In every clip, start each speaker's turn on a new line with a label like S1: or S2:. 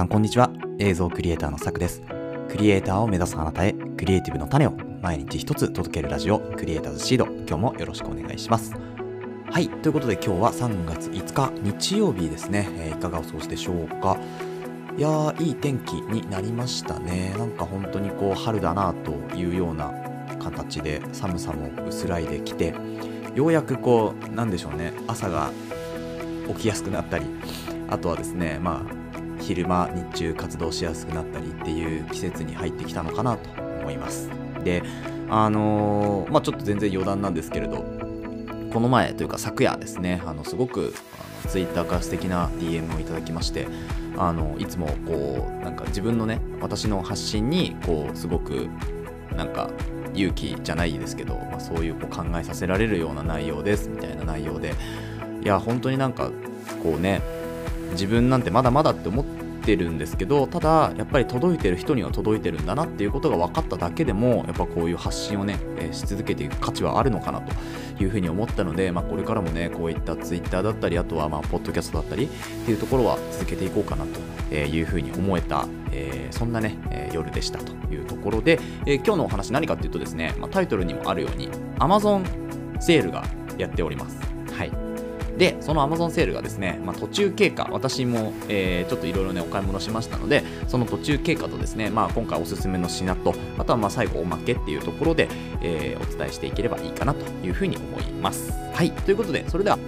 S1: さんこんにちは。映像クリエイターのさくです。クリエイターを目指すあなたへ、クリエイティブの種を毎日一つ届けるラジオ、クリエイターズシード。今日もよろしくお願いします。はい、ということで今日は3月5日日曜日ですね。いかがお過ごしでしょうか。いやー、いい天気になりましたね。なんか本当に春だなというような形で寒さも薄らいできて、ようやくなんでしょうね、朝が起きやすくなったり、あとはですね、昼間日中活動しやすくなったりっていう季節に入ってきたのかなと思います。で、ちょっと全然余談なんですけれど、この前というか昨夜ですね、すごくツイッターから素敵な DM をいただきまして、いつもなんか自分のね、私の発信にすごくなんか勇気じゃないですけど、そういう考えさせられるような内容ですみたいな内容で、いや本当になんか自分なんてまだまだって思ってるんですけど、ただやっぱり届いてる人には届いてるんだなっていうことが分かっただけでも、やっぱこういう発信をね、し続けていく価値はあるのかなというふうに思ったので、これからもね、こういったツイッターだったり、あとはポッドキャストだったりっていうところは続けていこうかなというふうに思えた、そんなね、夜でしたというところで、今日のお話何かっていうとですね、タイトルにもあるように Amazon セールがやっております。はい。で、その Amazon セールがですね、途中経過、私も、ちょっといろいろねお買い物しましたので、その途中経過とですね、今回おすすめの品と、あとは最後おまけっていうところで、お伝えしていければいいかなというふうに思います。はい、ということで、それでは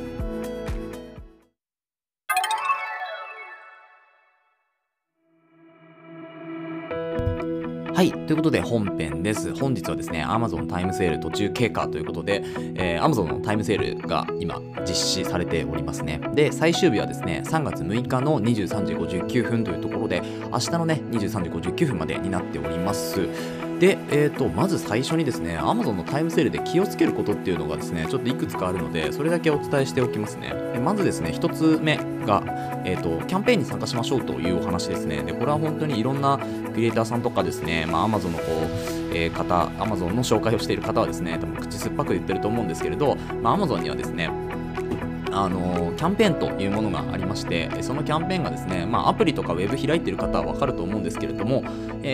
S1: はい、ということで本編です。本日はですね、Amazon タイムセール途中経過ということで、Amazon のタイムセールが今実施されておりますね。で、最終日はですね、3月6日の23時59分というところで、明日のね、23時59分までになっております。で、まず最初にですね、Amazon のタイムセールで気をつけることっていうのがですね、ちょっといくつかあるので、それだけお伝えしておきますね。で、まずですね、一つ目が、キャンペーンに参加しましょうというお話ですね。で、これは本当にいろんなクリエイターさんとかですね、Amazon のAmazon の紹介をしている方はですね、多分口酸っぱく言ってると思うんですけれど、Amazon にはですね、キャンペーンというものがありまして、そのキャンペーンがですね、アプリとかウェブ開いている方は分かると思うんですけれども、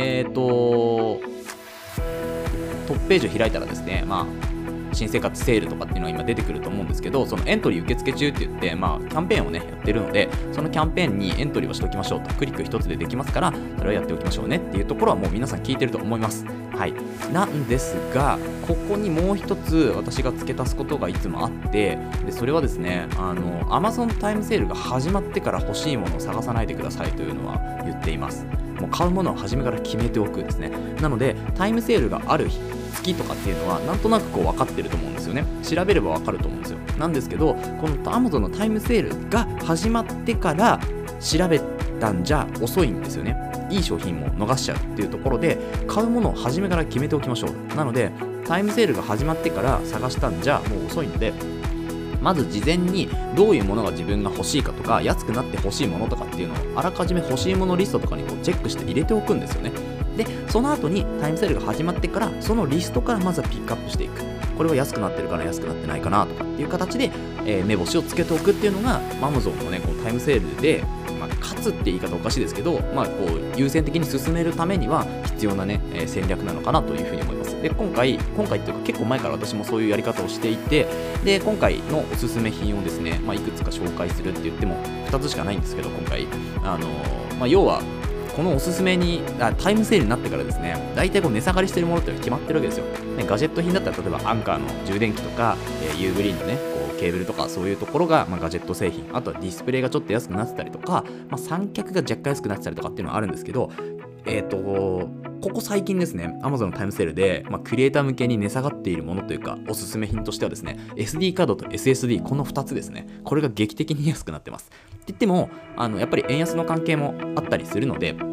S1: トップページを開いたらですね、新生活セールとかっていうのが今出てくると思うんですけど、そのエントリー受付中って言って、キャンペーンをねやってるので、そのキャンペーンにエントリーをしておきましょうと、クリック一つでできますから、それをやっておきましょうねっていうところはもう皆さん聞いてると思います。はい。なんですが、ここにもう一つ私が付け足すことがいつもあって、でそれはですね、Amazon タイムセールが始まってから欲しいものを探さないでくださいというのは言っています。もう買うものは初めから決めておくですね。なのでタイムセールがある月とかっていうのはなんとなく分かってると思うんですよね。調べれば分かると思うんですよ。なんですけど、この Amazon のタイムセールが始まってから調べたんじゃ遅いんですよね。いい商品も逃しちゃうっていうところで、買うものを初めから決めておきましょう。なのでタイムセールが始まってから探したんじゃもう遅いので、まず事前にどういうものが自分が欲しいかとか、安くなって欲しいものとかっていうのをあらかじめ欲しいものリストとかにチェックして入れておくんですよね。で、その後にタイムセールが始まってから、そのリストからまずはピックアップしていく。これは安くなってるかな、安くなってないかなとかっていう形で、目星をつけておくっていうのが Amazon のね、タイムセールで、勝つって言い方おかしいですけど、優先的に進めるためには必要なね、戦略なのかなというふうに思います。で、今回っていうか結構前から私もそういうやり方をしていて、で、今回のおすすめ品をですね、いくつか紹介するって言っても2つしかないんですけど、今回要はこのおすすめにタイムセールになってからですね、大体値下がりしてるものって決まってるわけですよ。ね、ガジェット品だったら例えばアンカーの充電器とか、ユーグリーンのねケーブルとか、そういうところが、ガジェット製品、あとはディスプレイがちょっと安くなってたりとか、三脚が若干安くなってたりとかっていうのはあるんですけど、ここ最近ですね、 Amazon のタイムセールで、クリエイター向けに値下がっているものというかおすすめ品としてはですね、 SD カードと SSD、 この2つですね。これが劇的に安くなってます。って言ってもやっぱり円安の関係もあったりするので、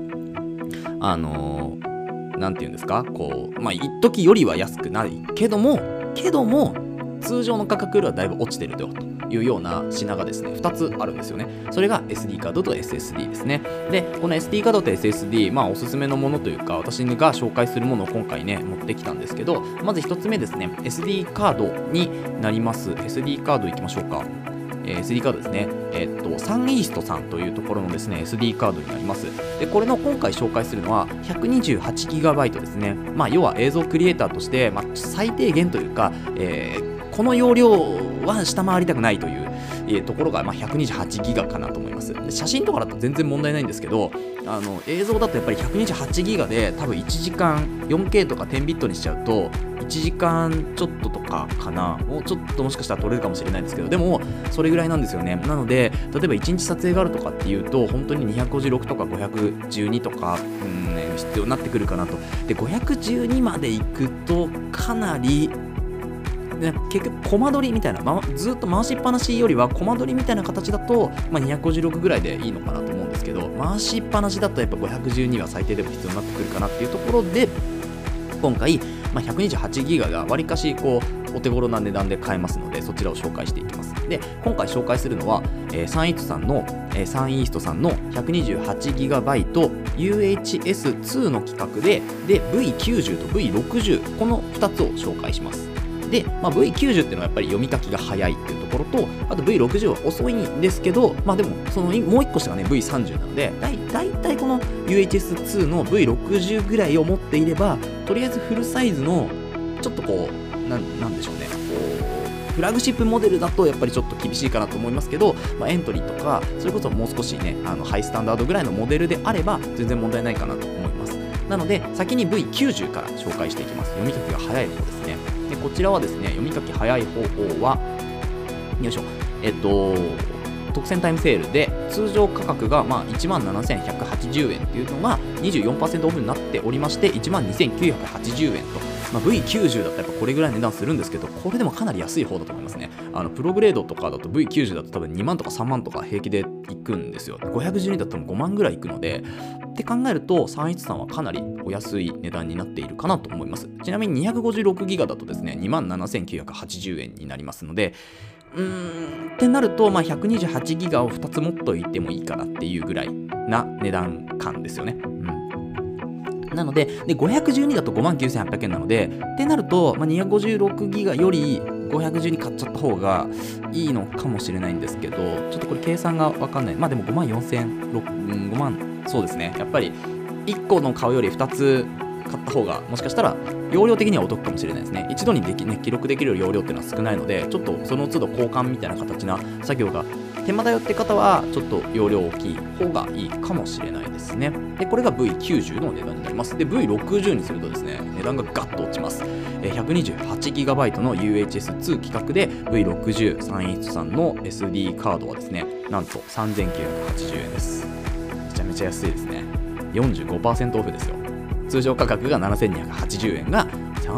S1: なんていうんですか、一時よりは安くないけども通常の価格よりはだいぶ落ちてるというような品がですね、2つあるんですよね。それが SD カードと SSD ですね。で、この SD カードと SSD、おすすめのものというか、私が紹介するものを今回ね持ってきたんですけど、まず1つ目ですね、SD カードになります。SD カードいきましょうか。 SD カードですね。サンイーストさんというところのですね、SD カードになります。で、これの今回紹介するのは 128GB ですね。要は映像クリエイターとして、最低限というか、この容量は下回りたくないというところが、128ギガかなと思います。で、写真とかだと全然問題ないんですけど、映像だとやっぱり128ギガで多分1時間 4K とか10ビットにしちゃうと1時間ちょっととかかな、もうちょっともしかしたら撮れるかもしれないんですけど、でもそれぐらいなんですよね。なので例えば1日撮影があるとかっていうと本当に256とか512とか、必要になってくるかなと。で、512までいくとかなり結局コマ撮りみたいな、ずっと回しっぱなしよりはコマ撮りみたいな形だと、256ぐらいでいいのかなと思うんですけど、回しっぱなしだとやっぱ512は最低でも必要になってくるかなっていうところで、今回、128ギガがわりかしお手頃な値段で買えますので、そちらを紹介していきます。で、今回紹介するのは、サンイーストさんの 128GB UHS-2 の規格で V90 と V60 この2つを紹介します。で、V90 っていうのはやっぱり読み書きが早いっていうところと、あと V60 は遅いんですけど、でもそのもう1個下がね V30 なので、だいたいこの UHS-2 の V60 ぐらいを持っていれば、とりあえずフルサイズのちょっとなんでしょうね、フラグシップモデルだとやっぱりちょっと厳しいかなと思いますけど、エントリーとかそれこそもう少しねハイスタンダードぐらいのモデルであれば全然問題ないかなと思います。なので先に V90 から紹介していきます。読み書きが早い方ですね。で、こちらはですね、読み書き早い方法はよいしょ、特選タイムセールで通常価格が17,180円っていうのが 24% オフになっておりまして、12,980円と、V90 だったらやっぱこれぐらい値段するんですけど、これでもかなり安い方だと思いますね。プログレードとかだと V90 だと多分2万とか3万とか平気でいくんですよ。512だったら5万ぐらいいくので、って考えると313はかなりお安い値段になっているかなと思います。ちなみに256ギガだとですね、27,980円になりますので、ってなると、128ギガを2つ持っといてもいいかなっていうぐらいな値段感ですよね。なので、512だと 59,800 円なので、ってなると、256ギガより512買っちゃった方がいいのかもしれないんですけど、ちょっとこれ計算がわかんない。でも54,000、5万、そうですね。やっぱり1個の買うより2つ買った方がもしかしたら容量的にはお得かもしれないですね。一度に記録できる容量っていうのは少ないので、ちょっとその都度交換みたいな形な作業が手間だよって方はちょっと容量大きい方がいいかもしれないですね。で、これが V90 の値段になります。で、V60 にするとですね、値段がガッと落ちます。128GB の UHS-2 規格で V60 サンイーストさんの SD カードはですね、なんと 3,980円です。めちゃめちゃ安いですね。45% オフですよ。通常価格が 7,280 円が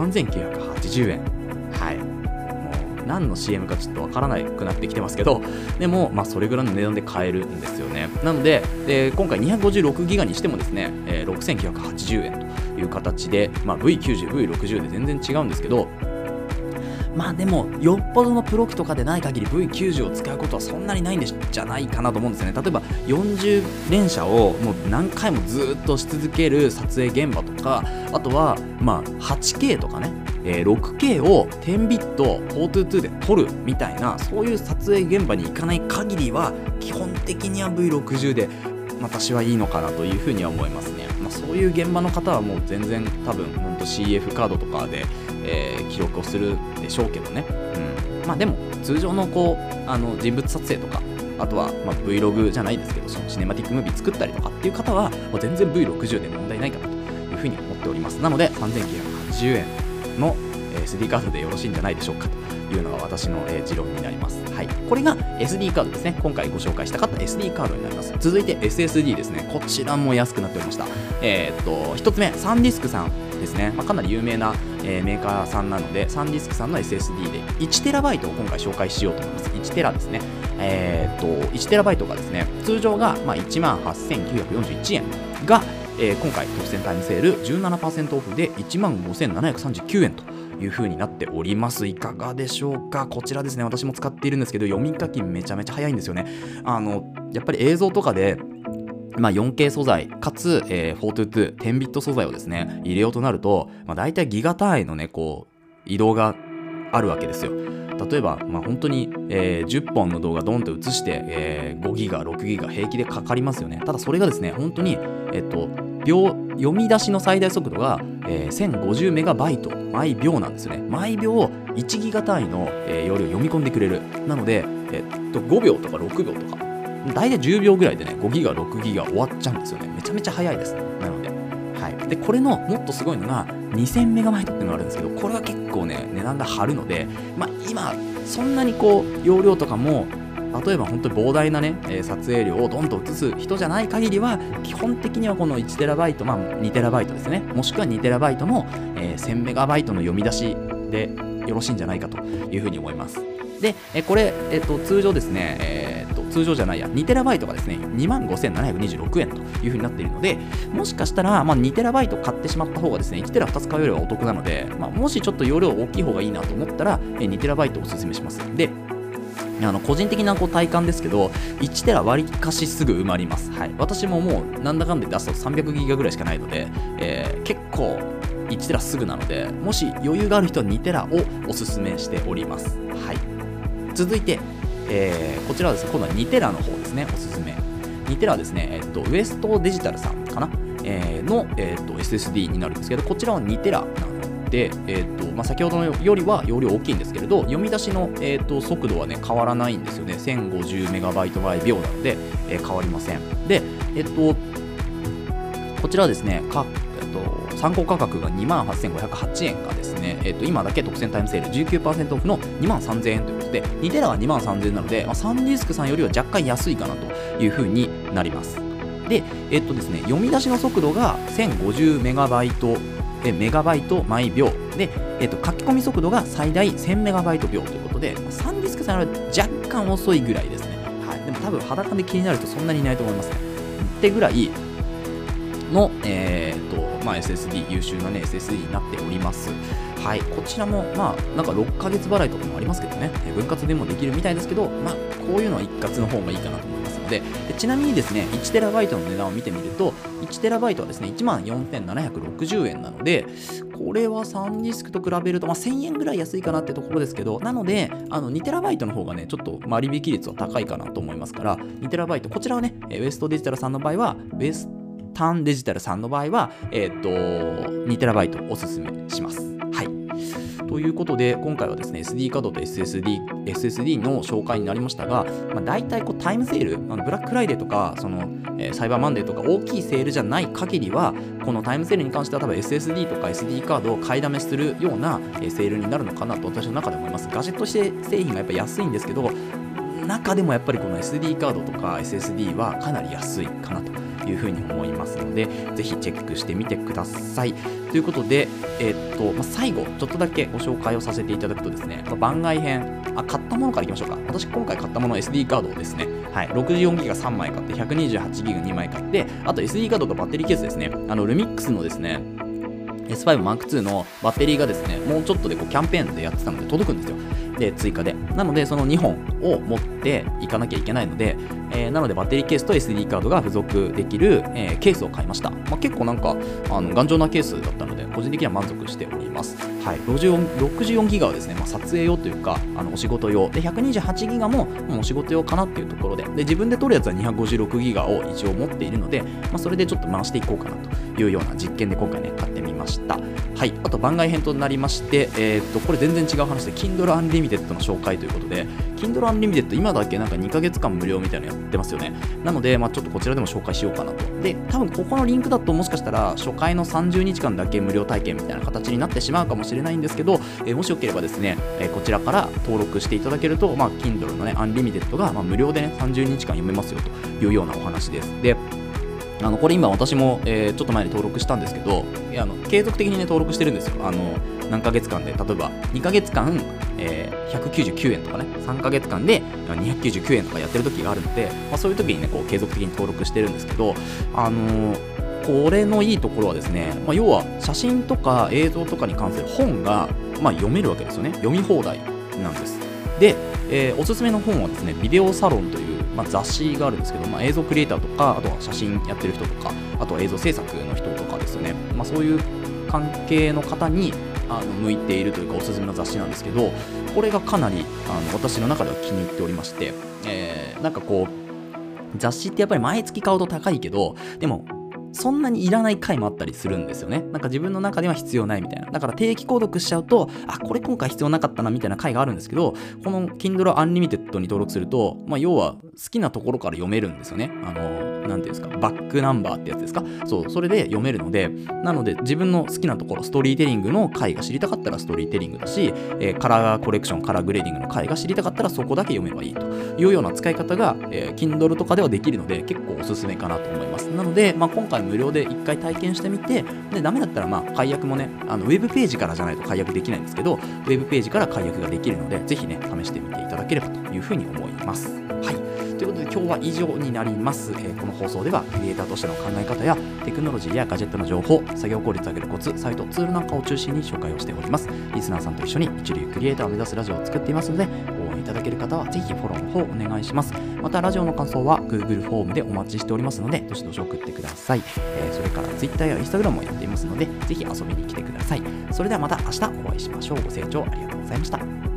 S1: 3,980 円。はい。もう何の CM かちょっとわからなくなってきてますけど、でもそれぐらいの値段で買えるんですよね。なので、今回256ギガにしてもですね、6,980円という形で、V90、V60 で全然違うんですけど、でもよっぽどのプロ機とかでない限り V90 を使うことはそんなにないんじゃないかなと思うんですよね。例えば40連射をもう何回もずっとし続ける撮影現場とか、あとは8K とかね、6K を10ビット422で撮るみたいな、そういう撮影現場に行かない限りは基本的には V60 で私はいいのかなというふうには思いますね。そういう現場の方はもう全然多分本当 CF カードとかで、記録をするでしょうけどね。でも通常の人物撮影とか、あとはVlog じゃないですけど、そのシネマティックムービー作ったりとかっていう方はもう全然 V60 で問題ないかなというふうに思っております。なので 3,980 円の SD カードでよろしいんじゃないでしょうかというのが私の持論になります。はい、これが SD カードですね。今回ご紹介したかった SD カードになります。続いて SSD ですね。こちらも安くなっておりました。1つ目、サンディスクさんですね。かなり有名な、メーカーさんなので、サンディスクさんの SSD で 1TB を今回紹介しようと思います。1TB ですね。1TB がですね、通常が18,941円が、今回特選タイムセール 17% オフで 15,739 円という風になっております。いかがでしょうか。こちらですね、私も使っているんですけど、読み書きめちゃめちゃ早いんですよね。やっぱり映像とかで4K 素材かつ、422 10ビット素材をですね入れようとなると、だいたいギガ単位のね移動があるわけですよ。っ例えば、本当に、10本の動画ドンと映して、5ギガ、6ギガ平気でかかりますよね。ただそれがですね、本当に、読み出しの最大速度が、1050メガバイト毎秒なんですよね。毎秒1ギガ単位の、容量を読み込んでくれる。なので、5秒とか6秒とか、大体10秒ぐらいでね、5ギガ、6ギガ終わっちゃうんですよね。めちゃめちゃ早いです。なので、はい。で、これのもっとすごいのが、2000メガバイトっていうのがあるんですけど、これは結構ね、値段が張るので、今、そんなに容量とかも、例えば本当に膨大なね、撮影量をドンと映す人じゃない限りは、基本的にはこの 1TB、2TB ですね、もしくは 2TB の、1000MB の読み出しでよろしいんじゃないかというふうに思います。で、これ、通常ですね、通常じゃないや、2TB がですね、25,726円というふうになっているので、もしかしたら、2TB 買ってしまった方がですね、1TB2 つ買うよりはお得なので、もしちょっと容量大きい方がいいなと思ったら、2TB おすすめします。で、個人的な体感ですけど、1テラ割りかしすぐ埋まります。はい、私ももうなんだかんだ出すと300ギガぐらいしかないので、結構1テラすぐなので、もし余裕がある人は2テラをおすすめしております。はい、続いて、こちらはですね、今度は2テラの方ですね、おすすめ。2テラはですね、ウエストデジタルさんかな、の、SSD になるんですけど、こちらは2テラなので、先ほどのよりは容量大きいんですけれど、読み出しの、速度はね、変わらないんですよね。1050メガバイト毎秒なので、変わりません。で、こちらはですね、参考価格が 28,508 円がですね、今だけ特選タイムセール 19% オフの 23,000 円ということで、2テラは 23,000 円なので、サンディスクさんよりは若干安いかなというふうになります。で、ですね、読み出しの速度が1050メガバイト毎秒で、書き込み速度が最大1000メガバイト秒ということで、サンディスクさんよりは若干遅いぐらいですね。はい、でも多分肌感で気になる人そんなにいないと思いますね。ってぐらいの、SSD、優秀なね、SSD になっております。はい、こちらも、なんか6ヶ月払いとかもありますけどね、分割でもできるみたいですけど、こういうのは一括の方がいいかなと思いますので、ちなみにですね、1TB の値段を見てみると、1TB はですね、14,760 円なので、これはサンディスクと比べると、1000円ぐらい安いかなってところですけど、なので、2TB の方がね、ちょっと割引率は高いかなと思いますから、2TB、こちらはね、ウエストデジタルさんの場合は、ウエスタンデジタルさんの場合は、2TB おすすめします。はい。ということで、今回はですね、SD カードと SSD の紹介になりましたが、大体タイムセール、ブラックフライデーとか、サイバーマンデーとか大きいセールじゃない限りは、このタイムセールに関しては多分 SSD とか SD カードを買いだめするようなセールになるのかなと私の中で思います。ガジェット製品がやっぱ安いんですけど、中でもやっぱりこの SD カードとか SSD はかなり安いかなというふうに思いますので、ぜひチェックしてみてください。ということで、最後ちょっとだけご紹介をさせていただくとですね、番外編、買ったものからいきましょうか。私今回買ったもの SD カードをですね、はい、64ギガ3枚買って128ギガ2枚買って、あと SD カードとバッテリーケースですね、ルミックスのですねS5 Mark II のバッテリーがですね、もうちょっとでキャンペーンでやってたので届くんですよ。で、追加で。なので、その2本を持っていかなきゃいけないので、なのでバッテリーケースと SD カードが付属できる、ケースを買いました。結構なんか頑丈なケースだったので、個人的には満足しております。はい、64ギガはですね、撮影用というか、お仕事用。で、128ギガもお仕事用かなっていうところで、自分で取るやつは256ギガを一応持っているので、それでちょっと回していこうかなというような実験で今回ね、買ってみました。はい、あと番外編となりまして、これ全然違う話で、Kindle Unlimited の紹介ということで、Kindle Unlimited 今だけなんか2ヶ月間無料みたいなのやってますよね。なので、ちょっとこちらでも紹介しようかなと。で、多分ここのリンクだともしかしたら初回の30日間だけ無料体験みたいな形になってしまうかもしれないんですけど、もしよければですね、こちらから登録していただけると、Kindle のね、Unlimited が無料でね、30日間読めますよというようなお話です。で、これ今私も、ちょっと前に登録したんですけど、継続的にね、登録してるんですよ。何ヶ月間で、例えば2ヶ月間、199円とかね、3ヶ月間で299円とかやってる時があるので、そういう時にね、継続的に登録してるんですけど、これのいいところはですね、要は写真とか映像とかに関する本が、読めるわけですよね。読み放題なんです。で、おすすめの本はですね、ビデオサロンという、雑誌があるんですけど、映像クリエイターとか、あとは写真やってる人とか、あとは映像制作の人とかですよね、そういう関係の方に向いているというかおすすめの雑誌なんですけど、 これがかなり私の中では気に入っておりまして、なんかこう雑誌ってやっぱり毎月買うと高いけど、でもそんなにいらない回もあったりするんですよね。なんか自分の中では必要ないみたいな。だから定期購読しちゃうと、これ今回必要なかったなみたいな回があるんですけど、この Kindle Unlimited に登録すると、要は好きなところから読めるんですよね。なんていうんですか、バックナンバーってやつですか。そう、それで読めるので、なので自分の好きなところ、ストーリーテリングの回が知りたかったらストーリーテリングだし、カラーコレクション、カラーグレーディングの回が知りたかったらそこだけ読めばいいというような使い方が、Kindle とかではできるので、結構おすすめかなと思います。なので、今回無料で1回体験してみて、でダメだったら解約もね、ウェブページからじゃないと解約できないんですけど、ウェブページから解約ができるので、ぜひね、試してみていただければというふうに思います。はい。ということで今日は以上になります。この放送ではクリエイターとしての考え方やテクノロジーやガジェットの情報、作業効率を上げるコツ、サイト、ツールなんかを中心に紹介をしております。リスナーさんと一緒に一流クリエイターを目指すラジオを作っていますので、応援いただける方はぜひフォローの方お願いします。またラジオの感想は Google フォームでお待ちしておりますので、どしどし送ってください。それから Twitter や Instagram もやっていますので、ぜひ遊びに来てください。それではまた明日お会いしましょう。ご清聴ありがとうございました。